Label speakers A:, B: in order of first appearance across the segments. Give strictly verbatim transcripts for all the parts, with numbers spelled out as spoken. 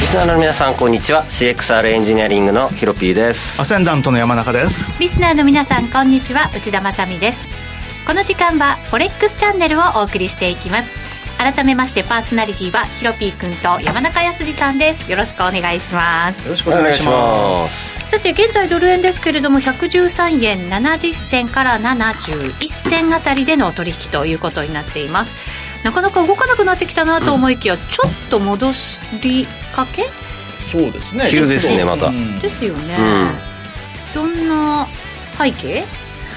A: リスナーの皆さんこんにちは。 シーエックスアール エンジニアリングのヒロピーです。
B: アセンダントの山中です。
C: リスナーの皆さんこんにちは、内田まさみです。この時間はフォレックスチャンネルをお送りしていきます。改めましてパーソナリティはヒロピーくんと山中康里さんです。よろしくお願いします。
B: よろしくお願いします。
C: さて現在ドル円ですけれどもひゃくじゅうさんえんななじゅっ銭からななじゅういっ銭あたりでの取引ということになっています。なかなか動かなくなってきたなと思いきや、うん、ちょっと戻りかけ。
B: そうですね、
A: 急ですねまた、うん、
C: ですよね、うん、どんな背景。エ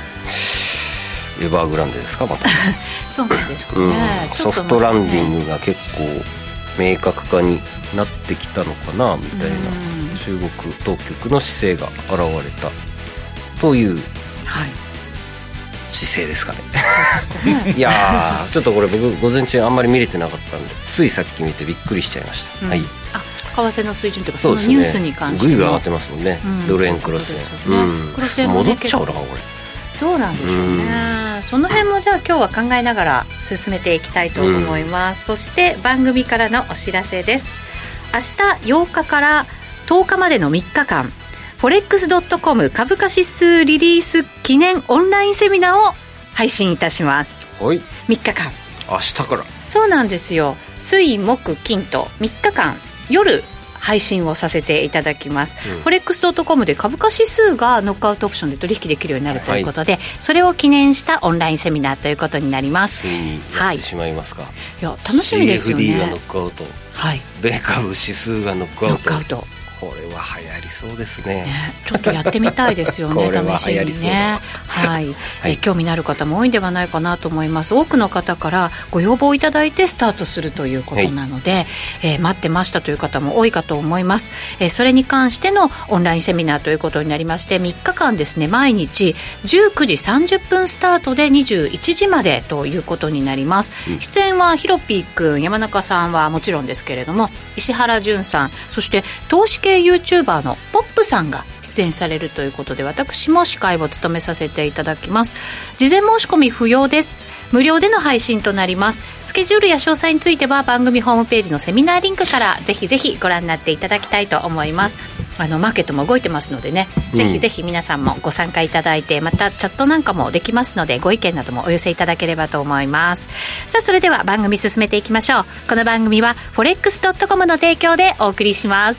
A: バーグランデですかまた
C: そうなんですかね、
A: うん、ソフトランディングが結構明確化になってきたのかなみたいな、中国当局の姿勢が現れたという、はい、姿勢ですかねいやーちょっとこれ僕午前中あんまり見れてなかったんでついさっき見てびっくりしちゃいました、うん、はい。あ、
C: 為替の水準というかそのニュースに関しても
A: グイグイ上がってますもんね、うん、ドル円クロス円、ね、うん、クロス円も、ね、戻っちゃうのかこれ。
C: どうなんでしょうね。その辺もじゃあ今日は考えながら進めていきたいと思います、うん、そして番組からのお知らせです。明日ようかからとおかまでのみっかかんフォレックスドットコム 株価指数リリース記念オンラインセミナーを配信いたします。
A: はい、
C: みっかかん
A: 明日から。そう
C: なんですよ。水木金とみっかかん夜配信をさせていただきます、うん、フォレックスドットコム で株価指数がノックアウトオプションで取引できるようになるということで、はい、それを記念したオンラインセミナーということになります。
A: ついにやってしまいますか、はい、
C: いや楽しみですよね。
A: シーエフディー がノックアウト、はい、米株指数がノックアウト、
C: ノックアウト
A: これは流行りそうです ね,
C: ねちょっとやってみたいですよね
A: これは流行りそうだ、
C: 試しにね、はいはい、え興味のある方も多いんではないかなと思います。多くの方からご要望いただいてスタートするということなので、はい、えー、待ってましたという方も多いかと思います、えー、それに関してのオンラインセミナーということになりまして、みっかかんですね、毎日じゅうくじさんじゅっぷんスタートでにじゅういちじまでということになります、うん、出演はヒロピー君、山中さんはもちろんですけれども、石原淳さん、そして投資系 YouTuber のポップさんが出演されるということで、私も司会を務めさせていただきます。事前申し込み不要です。無料での配信となります。スケジュールや詳細については番組ホームページのセミナーリンクからぜひぜひご覧になっていただきたいと思います。あのマーケットも動いてますのでね、うん、ぜひぜひ皆さんもご参加いただいて、またチャットなんかもできますので、ご意見などもお寄せいただければと思います。さあそれでは番組進めていきましょう。この番組は フォレックスドットコム の提供でお送りします。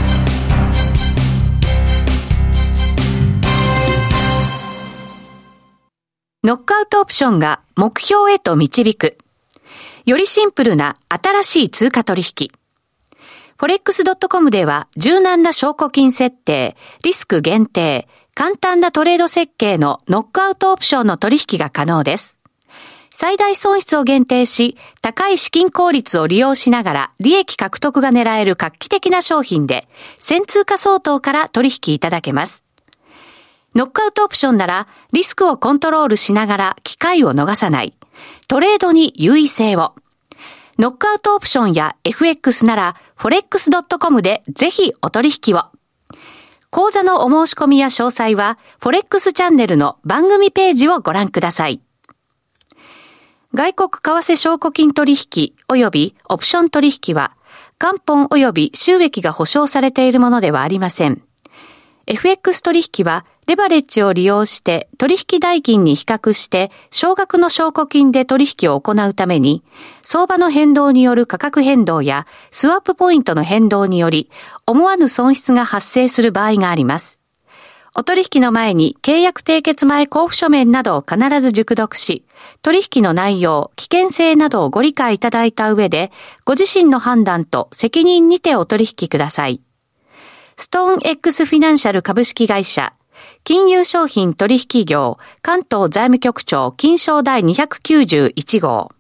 C: ノックアウトオプションが目標へと導く。よりシンプルな新しい通貨取引。フォレックスドットコム では柔軟な証拠金設定、リスク限定、簡単なトレード設計のノックアウトオプションの取引が可能です。最大損失を限定し、高い資金効率を利用しながら利益獲得が狙える画期的な商品で、せん通貨相当から取引いただけます。ノックアウトオプションならリスクをコントロールしながら機会を逃さない。トレードに優位性を。ノックアウトオプションや エフエックス なら フォレックスドットコム でぜひお取引を。講座のお申し込みや詳細は フォレックス チャンネルの番組ページをご覧ください。外国為替証拠金取引及びオプション取引は元本及び収益が保証されているものではありません。エフエックス 取引はレバレッジを利用して取引代金に比較して少額の証拠金で取引を行うために、相場の変動による価格変動やスワップポイントの変動により思わぬ損失が発生する場合があります。お取引の前に契約締結前交付書面などを必ず熟読し、取引の内容、危険性などをご理解いただいた上で、ご自身の判断と責任にてお取引ください。ストーン X フィナンシャル株式会社金融商品取引業関東財務局長金商第にひゃくきゅうじゅういち号。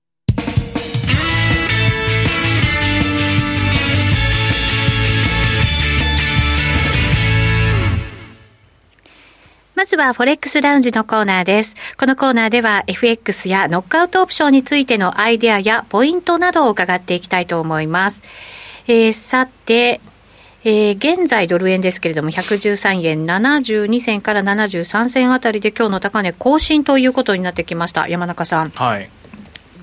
C: まずはフォレックスラウンジのコーナーです。このコーナーでは エフエックス やノックアウトオプションについてのアイデアやポイントなどを伺っていきたいと思います。えー、さてえー、現在ドル円ですけれどもひゃくじゅうさんえんななじゅうに銭からななじゅうさん銭あたりで今日の高値更新ということになってきました。山中さん、
B: はい、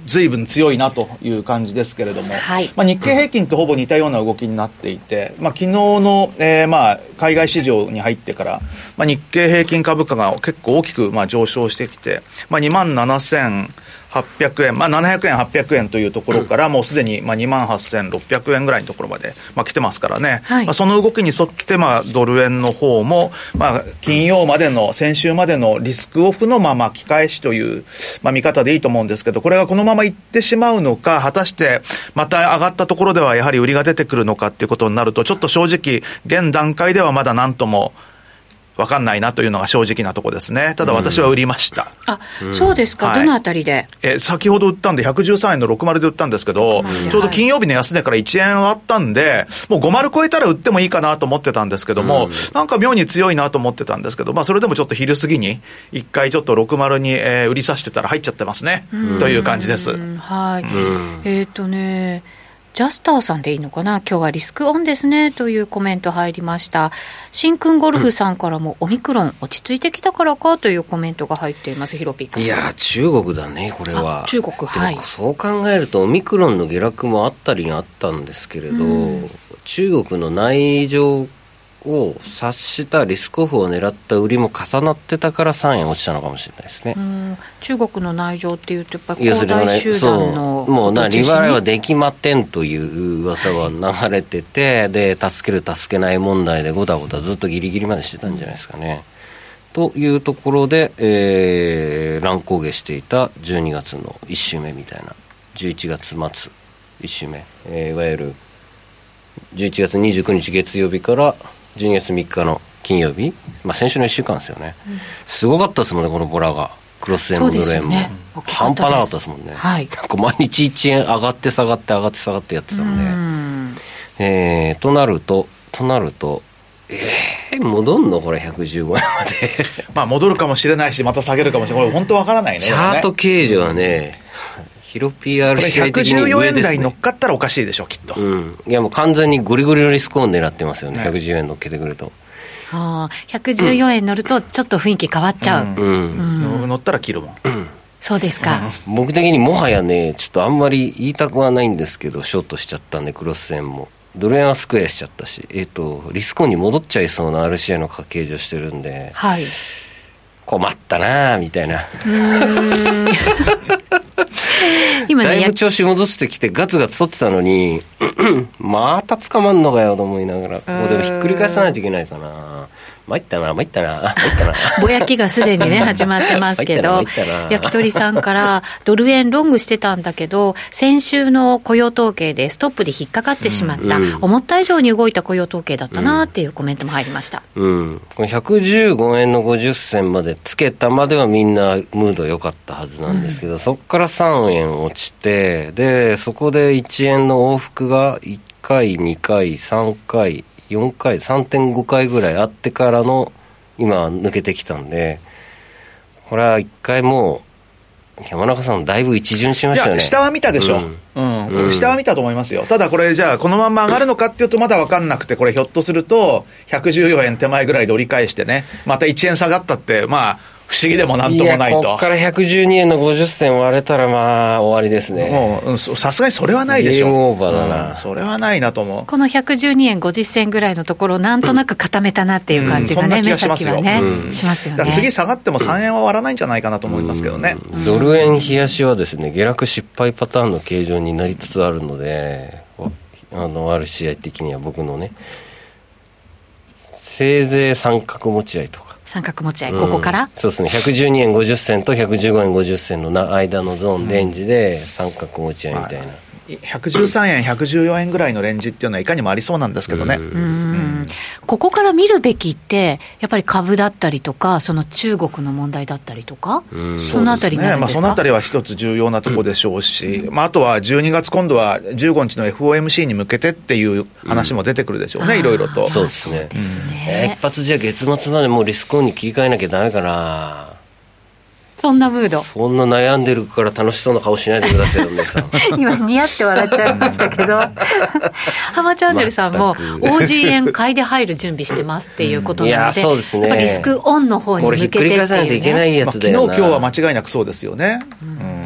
B: 随分強いなという感じですけれども、
C: はい、
B: まあ、日経平均とほぼ似たような動きになっていて、まあ、昨日の、えー、まあ海外市場に入ってから、まあ、日経平均株価が結構大きくまあ上昇してきて、まあ、にまんななせんはっぴゃくえん、まあ、ななひゃくえんはっぴゃくえんというところからもうすでにまあにまんはっせんろっぴゃくえんぐらいのところまでまあ来てますからね、はい、まあ、その動きに沿ってまあドル円の方もまあ金曜までの先週までのリスクオフのまあ巻き返しというまあ見方でいいと思うんですけど、これがこのままいってしまうのか、果たしてまた上がったところではやはり売りが出てくるのかっていうことになると、ちょっと正直現段階ではまだ何とも分かんないなというのが正直なところですね。ただ私は売りました。
C: うん、あ、そうですか、はい、どのあたりで？
B: え先ほど売ったんでひゃくじゅうさんえんのろくじゅうで売ったんですけど、ちょうど金曜日の安値からいちえん上がったんで、もうごじゅう超えたら売ってもいいかなと思ってたんですけども、うん、なんか妙に強いなと思ってたんですけど、まあそれでもちょっと昼過ぎに一回ちょっとろくじゅうに、えー、売りさしてたら入っちゃってますね、という感じです。
C: はい、えっとねジャスターさんでいいのかな、今日はリスクオンですねというコメント入りました。新君ゴルフさんからも、うん、オミクロン落ち着いてきたからかというコメントが入っています。ヒロピー君。
A: いや中国だねこれは。
C: 中国、はい。
A: そう考えるとオミクロンの下落もあったりにあったんですけれど、うん、中国の内情を察したリスクオフを狙った売りも重なってたからさんえん落ちたのかもしれないですね。
C: うん、中国の内情っていうとやっぱり恒大集団の
A: もうな利払いはできまてんという噂は流れてて、はい、で助ける助けない問題でごたごたずっとギリギリまでしてたんじゃないですかね、うん、というところで、えー、乱高下していたじゅうにがつのいっ週目みたいなじゅういちがつまついっ週目、えー、いわゆるじゅういちがつにじゅうくにち月曜日からじゅうにがつみっかの金曜日、まあ、先週のいっしゅうかんですよね、うん、すごかったですもんねこのボラが。クロス円もドル円も、ね、半端なかったですもんね、はい、毎日いちえん上がって下がって上がって下がってやってたんで、うんえー、となるととなるとえー、戻んのこれひゃくじゅうごえんまで
B: まあ戻るかもしれないしまた下げるかもしれない。これ本当わからないね。
A: チャート形状はね、うん、ヒロ ピーアールシーアイ 的に上ですね。ひゃくじゅうよえん台乗っかったらおかしいでしょきっと、うん、いやもう完全にゴリゴリのリスクオン狙ってますよね、はい、ひゃくじゅうえん乗っけてくると。
C: あひゃくじゅうよえん乗るとちょっと雰囲気変わっちゃう、うん
B: うんうん、乗ったら切るもん、うん、
C: そうですか、
A: うん、僕的にもはやねちょっとあんまり言いたくはないんですけどショートしちゃったんでクロス円もドル円はスクエアしちゃったし、えーと、リスクオンに戻っちゃいそうな アールシーアイ の価形状してるんで、はい、困ったなみたいな。うーん今ね、だいぶ調子戻してきてガツガツ取ってたのにまた捕まんのかよと思いながら、もうでもひっくり返さないといけないかな。参ったな参ったな参ったな
C: ぼやきがすでにね始まってますけど、焼き鳥さんからドル円ロングしてたんだけど先週の雇用統計でストップで引っかかってしまった、うん、思った以上に動いた雇用統計だったなっていうコメントも入りました、
A: うんうん、このひゃくじゅうごえんのごじゅっせんまでつけたまではみんなムード良かったはずなんですけど、うん、そこからさんえん落ちて、でそこでいちえんの往復がいっかいにかいさんかいよんかい さんてんごかいぐらいあってからの今抜けてきたんで、これは一回もう山中さんだいぶ一巡しましたよね。
B: いや下は見たでしょ、うんうんうん、下は見たと思いますよ。ただこれじゃあこのまんま上がるのかっていうとまだ分かんなくて、これひょっとするとひゃくじゅうよえん手前ぐらいで折り返してね、またいちえん下がったってまあ不思議でもなんともないと。
A: いやこっからひゃくじゅうにえんのごじゅっせん割れたらまあ終わりですね。
B: もうさすがにそれはないでしょ。
A: ゲームオーバーだな、
B: うん、それはないなと思う。
C: このひゃくじゅうにえんごじゅっせんぐらいのところなんとなく固めたなっていう感じがね、うん、目先はね、うん、しますよね。
B: だから次下がってもさんえんは割らないんじゃないかなと思いますけどね、
A: うん、ドル円冷やしはですね下落失敗パターンの形状になりつつあるので、あの アールシーアイ 的には僕のねせいぜい三角持ち合いとか
C: 三角持ち合い、ここから、うん、
A: そうですねひゃくじゅうにえんごじゅっせんとひゃくじゅうごえんごじゅっせんの間のゾーンレンジで三角持ち合いみたいな、うん
B: ひゃくじゅうさんえんひゃくじゅうよえんぐらいのレンジっていうのはいかにもありそうなんですけどね。うんうん、
C: ここから見るべきってやっぱり株だったりとかその中国の問題だったりとか、うん、そのあたりになるんですか。
B: そのあたりは一つ重要なところでしょうし、うんまあ、あとはじゅうにがつ今度はじゅうごにちの エフオーエムシー に向けてっていう話も出てくるでしょうね、うん、いろいろと。
A: そうですね、うんえー、一発じゃあ月末までもうリスクオンに切り替えなきゃダメかな。
C: そんなムード。
A: そんな悩んでるから楽しそうな顔しないでくださいよ皆さん
C: 今ニヤって笑っちゃいましたけど浜チャンネルさんも オージー 円買いで入る準備してますっていうことなので、いや
A: そうですね、
C: やっぱリスクオンの方に向けてっていう、ね、
A: これひっくり返さないといけないやつだよな、
B: まあ、昨日今日は間違いなくそうですよね、うん 、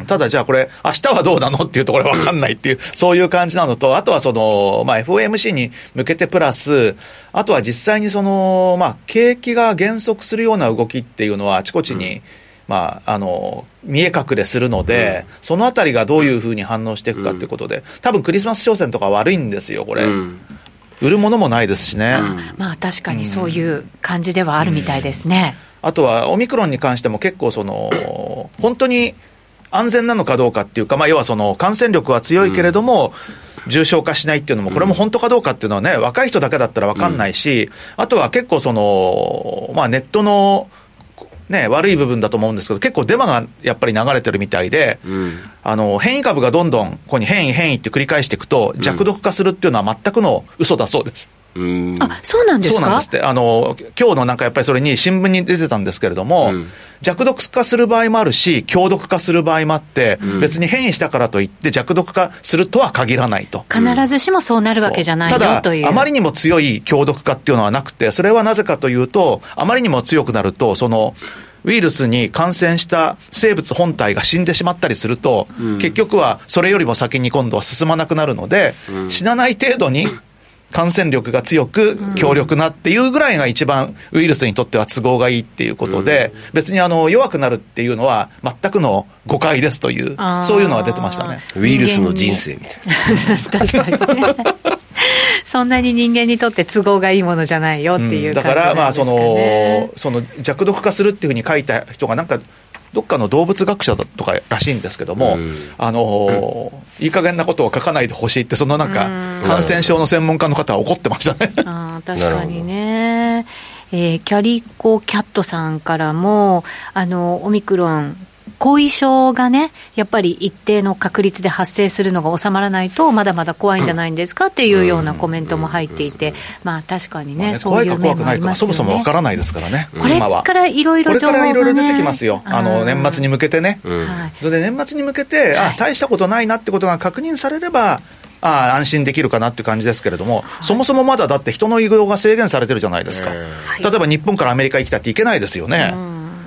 B: ただじゃあこれ明日はどうなのっていうところ分かんないっていう、うん、そういう感じなのと、あとはその、まあ、エフオーエムシー に向けてプラス、あとは実際にその、まあ、景気が減速するような動きっていうのはあちこちに、うん、まあ、あの見え隠れするので、うん、そのあたりがどういうふうに反応していくかということで、多分クリスマス商戦とか悪いんですよこれ、うん、売るものもないですしね、うん、
C: まあ確かにそういう感じではあるみたいですね、
B: うん、あとはオミクロンに関しても結構その本当に安全なのかどうかっていうか、まあ、要はその感染力は強いけれども、うん、重症化しないっていうのもこれも本当かどうかっていうのはね、若い人だけだったら分かんないし、うん、あとは結構その、まあ、ネットのね、悪い部分だと思うんですけど、結構デマがやっぱり流れてるみたいで、うん、あの変異株がどんどんここに変異変異って繰り返していくと弱毒化するっていうのは全くの嘘だそうです。
C: うん、あ、そうなんですか。
B: そうなんですって。あの今日のなんかやっぱりそれに新聞に出てたんですけれども、うん、弱毒化する場合もあるし強毒化する場合もあって、うん、別に変異したからといって弱毒化するとは限らないと。
C: 必ずしもそうなるわけじゃないよ、
B: うん、
C: という。
B: ただあまりにも強い強毒化っていうのはなくて、それはなぜかというと、あまりにも強くなるとそのウイルスに感染した生物本体が死んでしまったりすると、うん、結局はそれよりも先に今度は進まなくなるので、うん、死なない程度に感染力が強く強力なっていうぐらいが一番ウイルスにとっては都合がいいっていうことで、うん、別にあの弱くなるっていうのは全くの誤解ですという、そういうのが出てましたね。
A: ウイルスの人生みたいな確かにね
C: そんなに人間にとって都合がいいものじゃないよっていう感じなんですかね、うん、だからまあその
B: その弱毒化するっていうふうに書いた人がなんかどっかの動物学者だとからしいんですけども、うん、あのー、いい加減なことを書かないでほしいって、そのなんか感染症の専門家の方は怒ってましたね。
C: あ、確かにね。えー、キャリコキャットさんからもあのオミクロン後遺症がねやっぱり一定の確率で発生するのが収まらないとまだまだ怖いんじゃないんですかっていうようなコメントも入っていて、まあ確かにね、まあ、ねそういう面もありますよね。
B: そもそもわからないですからね。
C: これからいろいろ情報がね、
B: これからいろいろ出てきますよ。あの年末に向けてね、うん、それで年末に向けて、あ、大したことないなってことが確認されればあ安心できるかなっていう感じですけれども、はい、そもそもまだだって人の移動が制限されてるじゃないですか、はい、例えば日本からアメリカ行きたって行けないですよね、うん、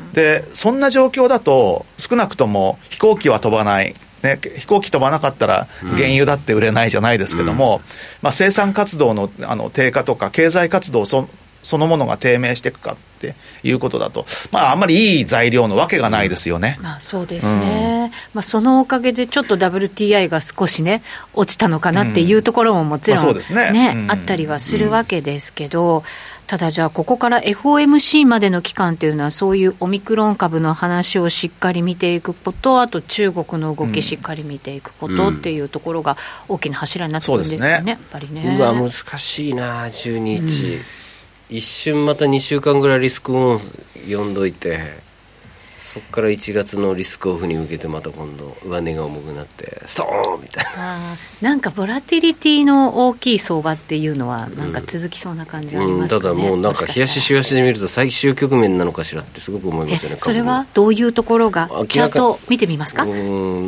B: でそんな状況だと少なくとも飛行機は飛ばない、ね、飛行機飛ばなかったら原油だって売れないじゃないですけども、うん、まあ、生産活動 の, あの低下とか経済活動 そ, そのものが低迷していくかっていうことだと、まあ、あんまりいい材料のわけがないですよね、
C: まあ、そうですね、うん、まあ、そのおかげでちょっと ダブリューティーアイ が少しね落ちたのかなっていうところももちろん、ね、まあ、そうですね、うん、あったりはするわけですけど、うん、ただじゃあここから エフオーエムシー までの期間というのはそういうオミクロン株の話をしっかり見ていくこと、あと中国の動きしっかり見ていくことっていうところが大きな柱になってくるんですかね、うん、やっぱりね。
A: うわ難しいなじゅうににち、うん、一瞬またにしゅうかんぐらいリスクオン読んどいて、そこからいちがつのリスクオフに向けてまた今度上値が重くなってストーンみたいな。
C: あ、なんかボラティリティの大きい相場っていうのはなんか続きそうな感じありますかね、
A: うんうん、ただもうなんか冷やししわしで見ると最終局面なのかしらってすごく思いますよね。
C: それはどういうところがチャート見てみますか。
A: うん、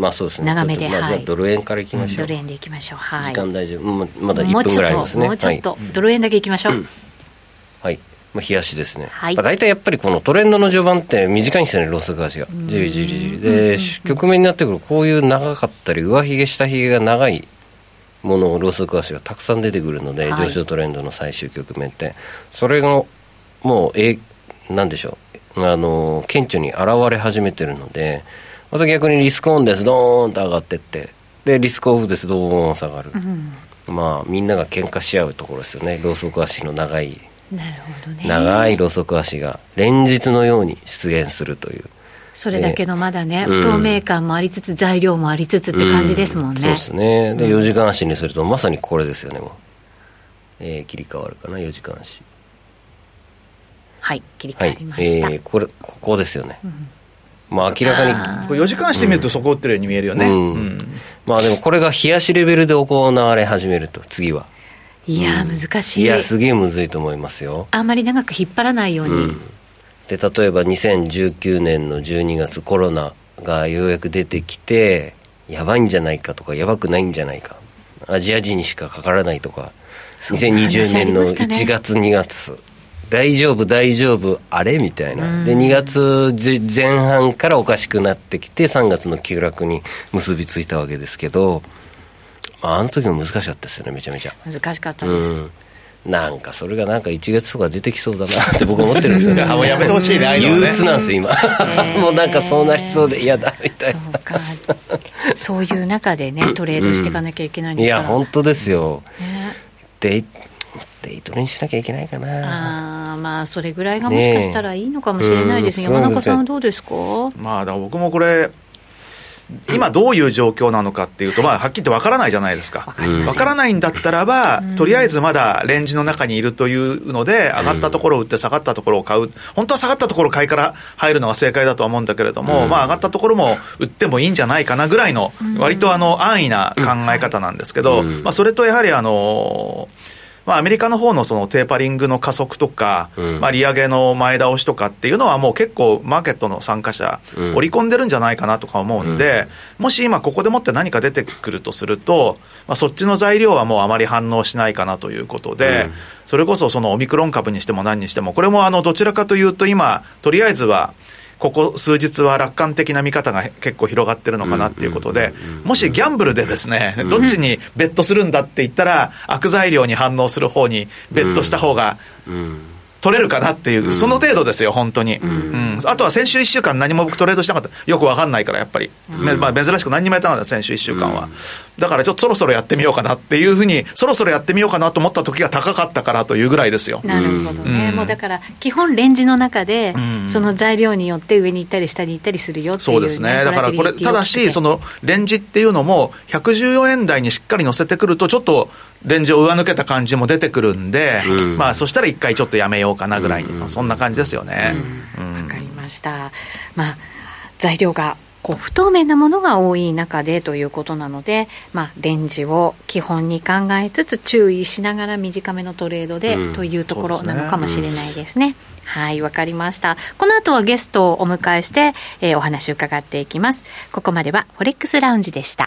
A: まあそうですね、
C: 長めで、
A: まあ、じゃあドル円からいきましょう、
C: うん、ドル円でいきましょう、はい、
A: 時間大丈夫、ま, まだいっぷんぐらいありますね。
C: もうちょっと、もうちょっと、はい、ドル円だけいきましょう、うん、
A: はい、まあ、冷やしですね、
C: はい、
A: まあ、大体やっぱりこのトレンドの序盤って短いんですよね、ローソク足がじりじりじりで、局面になってくるこういう長かったり上髭下髭が長いものをローソク足がたくさん出てくるので、はい、上昇トレンドの最終局面ってそれがもうえなんでしょう、あの顕著に現れ始めてるので、また逆にリスクオンですドーンと上がってって、でリスクオフですドーン下がる、うん、まあみんなが喧嘩し合うところですよね、ローソク足の長い
C: なるほどね、
A: 長いローソク足が連日のように出現するという、
C: それだけのまだね、不透明感もありつつ、うん、材料もありつつって感じですもんね、うん、
A: そうですね。でよじかん足にするとまさにこれですよね、もう、えー、切り替わるかな、よじかん足、
C: はい切り替わりました、
A: はい、えー、これここですよね、うん、まあ明らか
B: によじかん足で見るとそこ打ってるように見えるよね、うんうん、
A: まあでもこれが冷やしレベルで行われ始めると次はい
C: や難しい、
A: いやすげえむずいと思いますよ。
C: あんまり長く引っ張らないように、うん、
A: で例えばにせんじゅうきゅうねんのじゅうにがつコロナがようやく出てきてやばいんじゃないかとかやばくないんじゃないか、アジア人にしかかからないとか、にせんにじゅうねんのいちがつにがつ大丈夫大丈夫あれみたいなでにがつ前半からおかしくなってきてさんがつの急落に結びついたわけですけど、まあ、あの時も難しかったですよね。めちゃめちゃ
C: 難しかったです、
A: うん、なんかそれがなんかいちがつとか出てきそうだなって僕は思ってるんですよね
B: もうやめてほしいね、ああいうのね
A: 憂鬱なんですよ今、えー、もうなんかそうなりそうで嫌だみたいな。
C: そうかそういう中でねトレードしていかなきゃいけないんですから、
A: うん、いや本当ですよ、
C: ね、
A: デイデイトレにしなきゃいけないかな。
C: あまあそれぐらいがもしかしたらいいのかもしれないですね。山中さんはどうですか。
B: まあだから僕もこれ今どういう状況なのかっていうと、まあ、はっきりとわからないじゃないですか。わからないんだったらば、とりあえずまだレンジの中にいるというので、上がったところを売って下がったところを買う。本当は下がったところ買いから入るのが正解だとは思うんだけれども、まあ上がったところも売ってもいいんじゃないかなぐらいの、割とあの安易な考え方なんですけど、まあそれとやはりあの、まあ、アメリカの方のそのテーパリングの加速とか、うん、まあ、利上げの前倒しとかっていうのはもう結構マーケットの参加者、うん、織り込んでるんじゃないかなとか思うんで、うん、もし今ここでもって何か出てくるとすると、まあ、そっちの材料はもうあまり反応しないかなということで、うん、それこそそのオミクロン株にしても何にしても、これもあのどちらかというと今とりあえずはここ数日は楽観的な見方が結構広がってるのかなっていうことで、もしギャンブルでですね、どっちにベットするんだって言ったら悪材料に反応する方にベットした方が取れるかなっていう、その程度ですよ本当に、うんうん、あとは先週いっしゅうかん何も僕トレードしなかった。よく分かんないからやっぱり、うん、まあ、珍しく何にもやったのだ先週いっしゅうかんは、うん、だからちょっとそろそろやってみようかなっていうふうに、そろそろやってみようかなと思った時が高かったからというぐらいですよ。
C: なるほどね、うん、もうだから基本レンジの中で、うん、その材料によって上に行ったり下に行ったりするよっていう、ね、
B: そうですね。だからこれただしそのレンジっていうのもひゃくじゅうよえん台にしっかり乗せてくるとちょっとレンジを上抜けた感じも出てくるんで、うん、まあそしたら一回ちょっとやめようかなぐらいの、うん、そんな感じですよね。
C: わ、うんうん、かりました。まあ材料がこう不透明なものが多い中でということなので、まあ、レンジを基本に考えつつ注意しながら短めのトレードで、うん、というところなのかもしれないですね。はい、わかりました。この後はゲストをお迎えして、えー、お話を伺っていきます。ここまではフォレックスラウンジでした。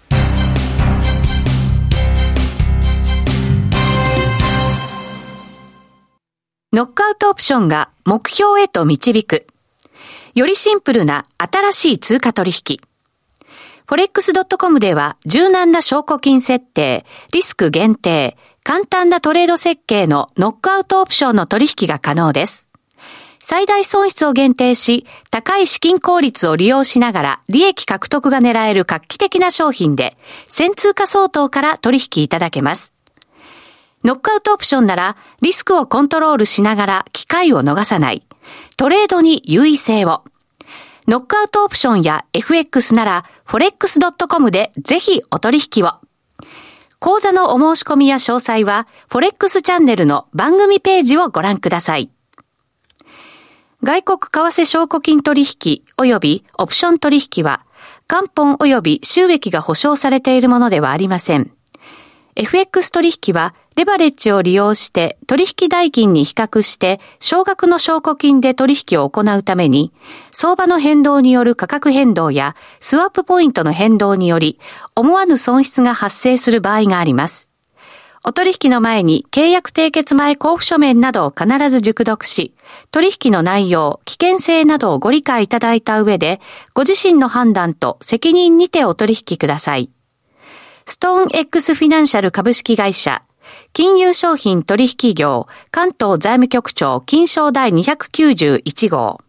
C: ノックアウトオプションが目標へと導く。よりシンプルな新しい通貨取引。フォレックスドットコム では柔軟な証拠金設定、リスク限定、簡単なトレード設計のノックアウトオプションの取引が可能です。最大損失を限定し、高い資金効率を利用しながら利益獲得が狙える画期的な商品で、せん通貨相当から取引いただけます。ノックアウトオプションならリスクをコントロールしながら機会を逃さない。トレードに優位性を。ノックアウトオプションや エフエックス なら フォレックスドットコム でぜひお取引を。講座のお申し込みや詳細は フォレックス チャンネルの番組ページをご覧ください。外国為替証拠金取引及びオプション取引は元本及び収益が保証されているものではありません。エフエックス 取引はレバレッジを利用して取引代金に比較して少額の証拠金で取引を行うために相場の変動による価格変動やスワップポイントの変動により思わぬ損失が発生する場合があります。お取引の前に契約締結前交付書面などを必ず熟読し、取引の内容、危険性などをご理解いただいた上でご自身の判断と責任にてお取引ください。ストーン X フィナンシャル株式会社金融商品取引業関東財務局長金商第にひゃくきゅうじゅういち号。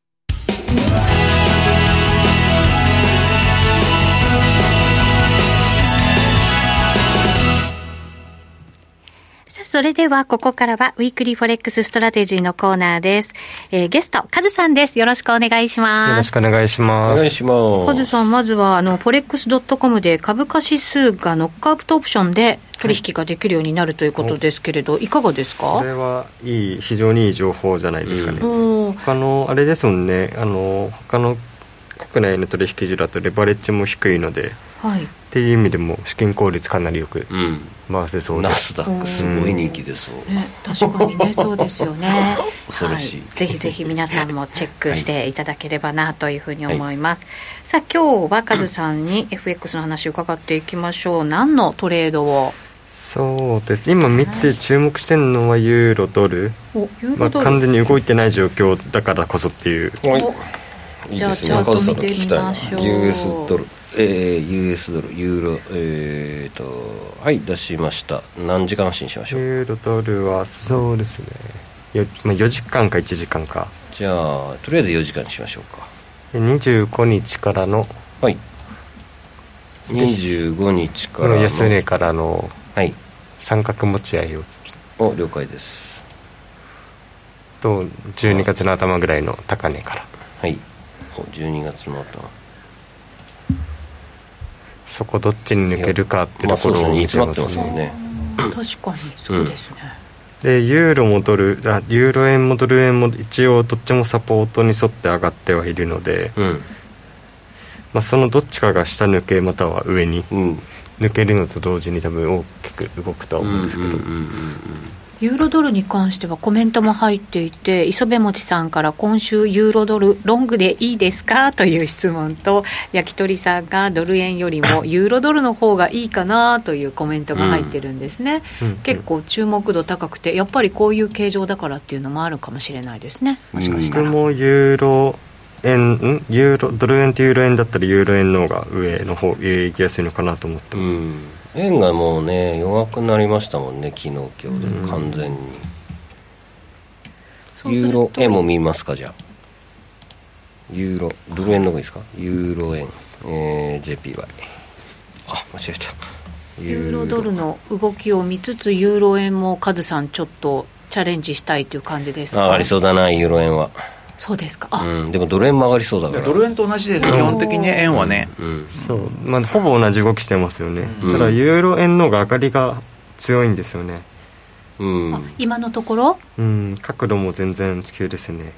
C: さあ、それではここからはウィークリーフォレックスストラテジーのコーナーです。えー、ゲストカズさんです。よろしくお願いします。
D: よろしくお願いします。
A: お願いします。
C: カズさん、まずはあのフォレックスドットコム で株価指数がノックアウトオプションで取引ができるようになるということですけれど、はい、いかがですか？
D: これはいい、非常にいい情報じゃないですかね。うん、他のあれですもんね、あの他の国内の取引所だとレバレッジも低いので、はい、っていう意味でも資金効率かなりよく回せそうです。
A: ナスダックすごい人気です、うん
C: ね、確かにねそうですよね
A: 恐ろしい、
C: はい、ぜひぜひ皆さんもチェックしていただければなというふうに思います、はい、さあ今日はカズさんに エフエックス の話を伺っていきましょう。何のトレードを
D: そうです。今見て注目してるのはユーロドル、まあ、完全に動いてない状況だからこそっていう。
A: いいですね。カズさんの聞きたいな。 ユーエス ドル、えー、ユーエス ドルユーロ、えーとはい出しました。何時間足にしましょう。
D: ユーロドルはそうですね、よ、まあ、よじかんかいちじかんか。
A: じゃあとりあえずよじかんにしましょうか。
D: でにじゅうごにちからの、
A: はいにじゅうごにちからの
D: 安値からの三角持ち合いをつ
A: お了解です。
D: とじゅうにがつの頭ぐらいの高値から、
A: はいじゅうにがつの頭、
D: そこどっちに抜けるかってところを見てますね。
C: 確かにそうですね、
D: うん、でユーロもドルあユーロ円もドル円も一応どっちもサポートに沿って上がってはいるので、うんまあ、そのどっちかが下抜けまたは上に抜けるのと同時に多分大きく動くとは思うんですけど、うんうんうんうん、
C: ユーロドルに関してはコメントも入っていて、磯部持さんから今週ユーロドルロングでいいですかという質問と、焼き鳥さんがドル円よりもユーロドルの方がいいかなというコメントが入ってるんですね、うん、結構注目度高くて、やっぱりこういう形状だからっていうのもあるかもしれないですね。もしかしたら、
D: 僕もユーロ円んユーロドル円とユーロ円だったらユーロ円の方が上の方上行きやすいのかなと思ってます、うん
A: 円がもうね弱くなりましたもんね、昨日今日で完全に、うん、ユーロ円も見ますか。じゃあユーロドル円の方がいいですか。ユーロ円、えー、ジェーピーワイ あ間違えた。
C: ユーロドルの動きを見つつユーロ円もカズさんちょっとチャレンジしたいという感じですか。
A: 上がりそうだなユーロ円は。
C: そうですか。あ、
A: うん、でもドル円も上がりそうだから。
B: ドル円と同じで、ね、基本的に円はね、
D: うんうん、そう、まあ、ほぼ同じ動きしてますよね、うん、ただユーロ円の方が上がりが強いんですよね、
C: うん、あ今のところ、
D: うん、角度も全然急ですね。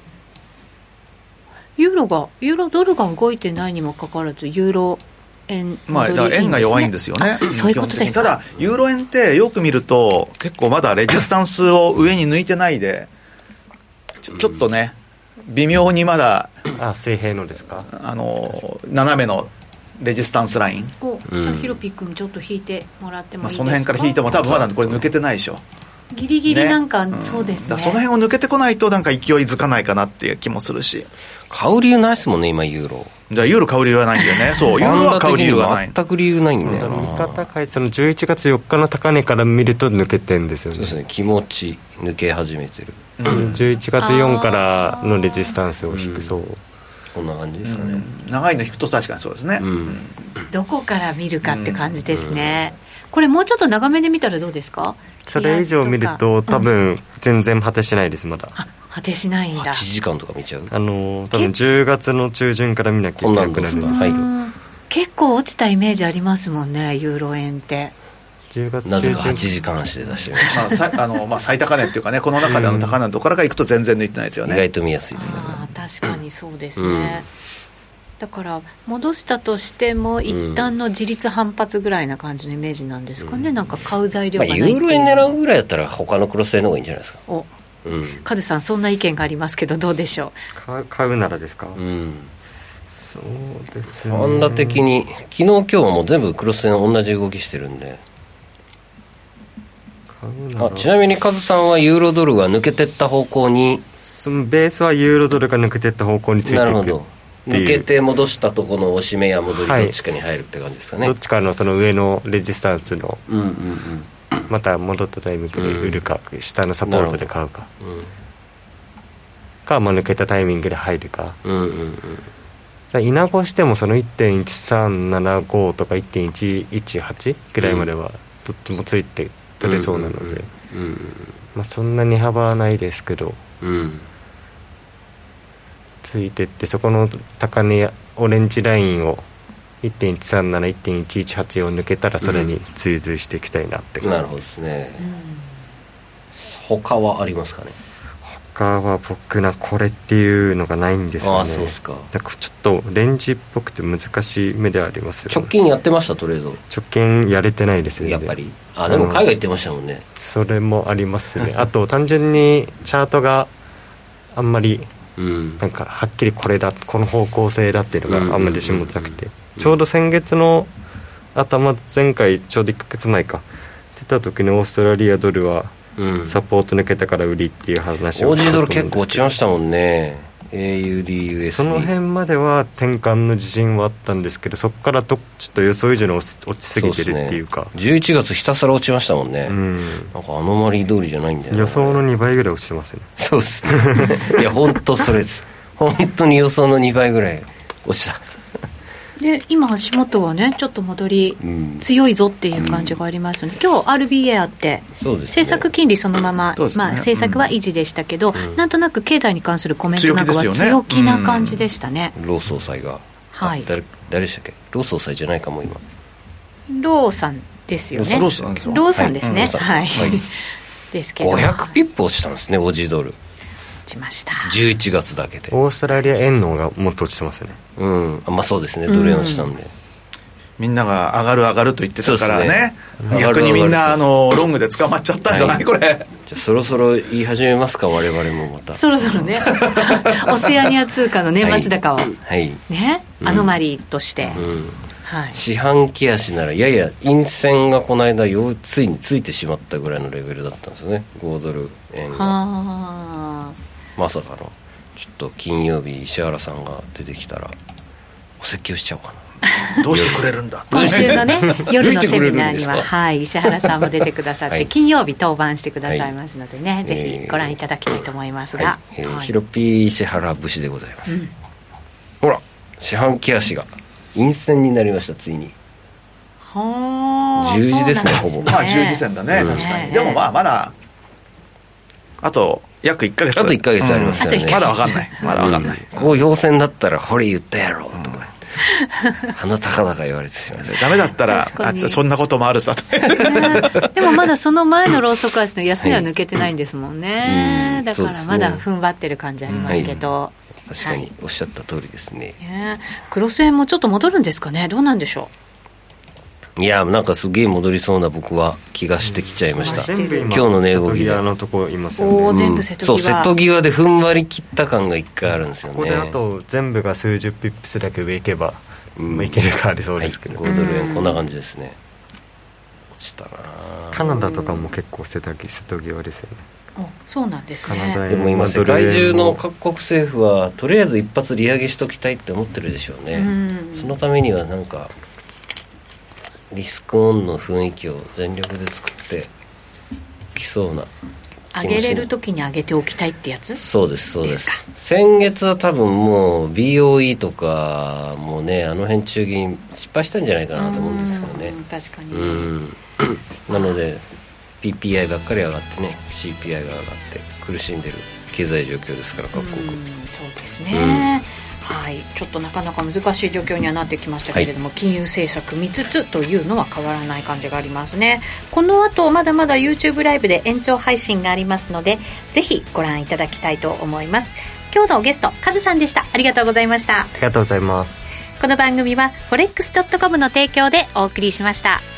C: ユーロがユーロドルが動いてないにもかかわらずユーロ円、
B: まあ、だから円が弱いんですよね。
C: そういうことですか。
B: ただユーロ円ってよく見ると結構まだレジスタンスを上に抜いてないでち ょ, ちょっとね微妙にまだ
D: あ水平のですか、
B: あの斜めのレジスタンスライン
C: を、じゃあヒロピ君ちょっと引いてもらってもいいですか。まあ、
B: その辺から引いても多分まだこれ抜けてないでしょ。
C: ギリギリなんか、ねうん、そうですね。
B: だその辺を抜けてこないとなんか勢いづかないかなっていう気もするし、
A: 買う理由ないですもんね今ユーロ。
B: だユーロ買う理由はないんだよね。そうユーロは買う理由はない。
A: 全く理由ないんだよな。
D: 見方変えそのじゅういちがつよっかの高値から見ると抜けてるんですよね。
A: そうですね、気持ち抜け始めてる、
D: うん、じゅういちがつよっかからのレジスタンスを引く、そう、うん、
A: こんな感じですかね、
B: うん、長いの引くと確かにそうですね、うん、
C: どこから見るかって感じですね、うん、これもうちょっと長めで見たらどうですか。
D: それ以上見ると多分全然果てしないですまだ。
C: あ果てしないんだ。
A: はちじかんとか見ちゃう。
D: あの多分じゅうがつの中旬から見なきゃいけなくなるんです。
A: はい、
C: 結構落ちたイメージありますもんねユーロ円って。
D: じゅうがつ
A: なぜかはちじかん足で出してみました、
B: まあ、あのまあ最高値っていうかねこの中での高値のところからいくと全然抜いてないですよね。
A: 意外と見やすいですね。
C: あ確かにそうですね、うん、だから戻したとしても一旦の自立反発ぐらいな感じのイメージなんですかね、うん、なんか買う材料がないっていう、
A: まあ、ユーロ円狙うぐらいだったら他のクロス円の方がいいんじゃないですか。
C: おうん、カズさんそんな意見がありますけどどうでしょ
D: う。買うならですか、
A: うん、
D: そうですね。
A: ファンダ的に昨日今日はもう全部クロス円同じ動きしてるんで。あちなみにカズさんはユーロドルが抜けてった方向に、
D: そのベースはユーロドルが抜けてった方向についていく。なるほど。
A: 抜けて戻したところの押し目や戻りどっちかに入るって感じですかね、
D: はい、どっちかのその上のレジスタンスの、
A: うんうんうん、
D: また戻ったタイミングで売るか、うん、下のサポートで買うか、うん、か、まあ、抜けたタイミングで入るか、
A: うんうん
D: うん、イナゴしてもその いってんいちさんななご とか いってんいちいちはち ぐらいまではどっちもついて取れそうなので、うんうんうんまあ、そんなに幅はないですけど、
A: うん、
D: ついてってそこの高値オレンジラインを いってんいちさんなな、いってんいちいちはち を抜けたらそれに追随していきたいなって感じ、
A: うん、なるほどですね、うん、他はありますかね。
D: 他は僕なこれっていうのがないんですよね。
A: ああそうですか。
D: だからちょっとレンジっぽくて難しい目ではありますよね。
A: 直近やってましたトレード。
D: 直近やれてないですよね
A: やっぱり。あでも海外行ってましたもんね。
D: それもありますねあと単純にチャートがあんまりなんかはっきりこれだこの方向性だっていうのがあんまり自信持ってなくて、ちょうど先月の頭前回ちょうどいっかげつまえか出た時にオーストラリアドルはサポート抜けたから売りっていう話を、
A: オージードル結構落ちましたもんね。 エーユーディーユーエスディー
D: その辺までは転換の自信はあったんですけど、そこからどちょっと予想以上に落ち、落ちすぎてるっていうか、
A: そうですね、じゅういちがつひたすら落ちましたもんね、うん、なんかアノマリー通りじゃないんだよね。
D: 予想のにばいぐらい落ちてますね。
A: そうですねいや本当それです。本当に予想のにばいぐらい落ちた
C: で今足元はねちょっと戻り強いぞっていう感じがありますので、うん、今日 アールビーエー あって、そうですね、政策金利そのまま、うん、まあ、政策は維持でしたけど、うん、なんとなく経済に関するコメントなんかは強気な感じでしたね。
A: ロー総裁が、はい、誰, 誰でしたっけ。ロー総裁じゃないかも今。
C: ローさんですよね。ローさんです、ローさんですね、はい、はい、ですけど
A: ごひゃくピップ落ちたんですね、オージードル。
C: 落ちました。
A: じゅういちがつだけで。
D: オーストラリア円の方がもっと落ちてますね。
A: うん、まあそうですね、ドル円落ちたんで、うん、
B: みんなが上がる上がると言ってたから ね, ね逆にみんなあのロングで捕まっちゃったんじゃない、はい、これ。
A: じゃあそろそろ言い始めますか、我々もまた。
C: そろそろねオセアニア通貨の年末高を、はいはい、ね、アノマリーとして、うんうん、はい、四
A: 半期足ならやや陰線がこの間よついについてしまったぐらいのレベルだったんですよね、ごドル円が。はまさかのちょっと金曜日石原さんが出てきたらお説教しちゃおうか
B: などうしてくれるんだ
C: 今週のね夜のセミナーには、はい、石原さんも出てくださって、はい、金曜日登板してくださいますのでね、はい、ぜひご覧いただきたいと思いますが、はい
A: はい、えー、ヒロピー石原節でございます、うん、ほら四半期足が陰線になりました。ついには十字ですね、ほぼ。
B: まあ十字線だね、うん、確かに。でもまあまだあと約いっかげつ、
A: あといっかげつありますよね、
B: うん、まだ分かんないまだ分かんない、
A: うん、こう陽線だったらほれ言ったやろとか、うん、鼻高々言われてしまいます。
B: ダメだったらあそんなこともあるさと
C: でもまだその前のローソク足の安値は抜けてないんですもんね、はい、だからまだ踏ん張ってる感じありますけど、はい、
A: 確かにおっしゃった通りですね、
C: はい、クロス円もちょっと戻るんですかね、どうなんでしょう。
A: いやなんかすげえ戻りそうな僕は気がしてきちゃいました、うん、今日の値動きで
D: のとこいますよね、
C: お全部瀬戸際、
A: うん、そう瀬戸際で踏ん張り切った感が一回あるんですよね。
D: ここであと全部が数十ピップスだけ上行けば、うん、いけるかありそうですけど、
A: はい、ごドル円こんな感じですね。落ちたな。
D: カナダとかも結構瀬戸際ですよね。
C: あそうなんですね。
A: でも今世界中の各国政府はとりあえず一発利上げしときたいって思ってるでしょうね、うん、そのためにはなんかリスクオンの雰囲気を全力で作ってきそうな。
C: 上げれる時に上げておきたいってやつ。
A: そうですそうです。先月は多分もう ビーオーイー とかもねあの辺中銀失敗したんじゃないかなと思うんですよね。
C: 確かに。
A: うんなので ピーピーアイ ばっかり上がってね シーピーアイ が上がって苦しんでる経済状況ですから各国。うん
C: そうですね、うん、はい、ちょっとなかなか難しい状況にはなってきましたけれども、はい、金融政策見つつというのは変わらない感じがありますね。この後まだまだ YouTube ライブで延長配信がありますのでぜひご覧いただきたいと思います。今日のゲストカズさんでした。ありがとうございました。
D: ありがとうございます。
C: この番組は フォレックスドットコム の提供でお送りしました。